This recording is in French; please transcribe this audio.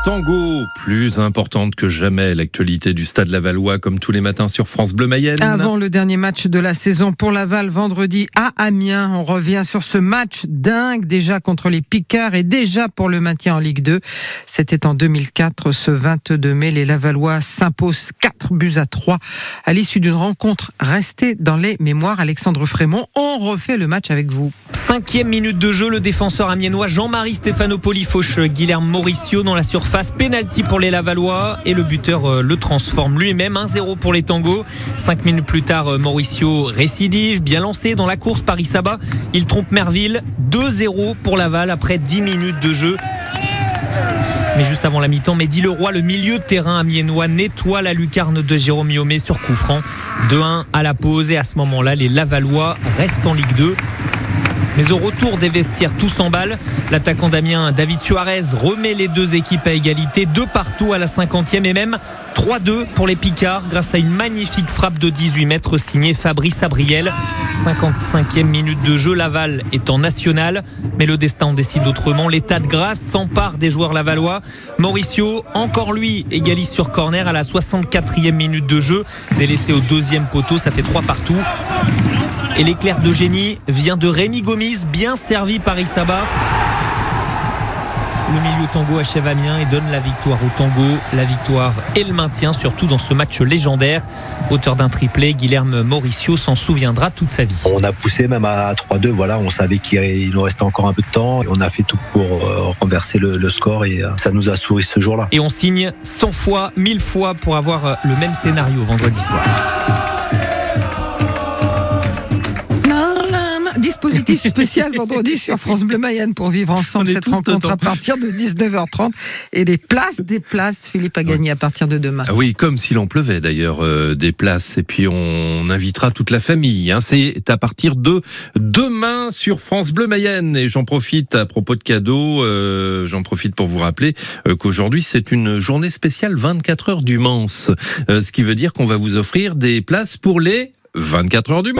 Tango, plus importante que jamais, l'actualité du Stade Lavallois, comme tous les matins sur France Bleu Mayenne. Avant le dernier match de la saison pour Laval, vendredi à Amiens, on revient sur ce match dingue, déjà contre les Picards et déjà pour le maintien en Ligue 2. C'était en 2004, ce 22 mai, les Lavallois s'imposent 4-3 à l'issue d'une rencontre restée dans les mémoires. Alexandre Frémont, on refait le match avec vous. 5e minute de jeu, le défenseur amiénois Jean-Marie Stéphanopoli fauche Guilherme Mauricio dans la surface. Pénalty pour les Lavallois et le buteur le transforme lui-même. 1-0 pour les Tangos. 5 minutes plus tard, Mauricio récidive, bien lancé dans la course. Paris Sabat, il trompe Merville. 2-0 pour Laval après 10 minutes de jeu. Mais juste avant la mi-temps, Mehdi Leroy, le milieu de terrain amiénois, nettoie la lucarne de Jérôme Yomé sur coup franc. 2-1 à la pause et à ce moment-là, les Lavallois restent en Ligue 2. Mais au retour des vestiaires, tout s'emballe. L'attaquant d'Amiens, David Suarez, remet les deux équipes à égalité. 2-2 à la 50e et même 3-2 pour les Picards grâce à une magnifique frappe de 18 mètres signée Fabrice Abriel. 55e minute de jeu, Laval est en national. Mais le destin en décide autrement. L'état de grâce s'empare des joueurs lavallois. Mauricio, encore lui, égalise sur corner à la 64e minute de jeu. Délaissé au deuxième poteau, ça fait 3-3. Et l'éclair de génie vient de Rémi Gomis, bien servi par Isaba. Le milieu Tango achève Amiens et donne la victoire au Tango. La victoire et le maintien, surtout dans ce match légendaire. Auteur d'un triplé, Guilherme Mauricio s'en souviendra toute sa vie. On a poussé même à 3-2, voilà, on savait qu'il nous restait encore un peu de temps. On a fait tout pour renverser le score et ça nous a souri ce jour-là. Et on signe 100 fois, 1000 fois pour avoir le même scénario vendredi soir. Dispositif spécial vendredi sur France Bleu Mayenne pour vivre ensemble cette rencontre à partir de 19h30 et des places, Philippe a gagné à partir de demain. Ah oui, comme si l'on pleuvait d'ailleurs, des places, et puis on invitera toute la famille, c'est à partir de demain sur France Bleu Mayenne. Et j'en profite à propos de cadeaux, j'en profite pour vous rappeler qu'aujourd'hui c'est une journée spéciale 24 heures du Mans, ce qui veut dire qu'on va vous offrir des places pour les 24 heures du Mans.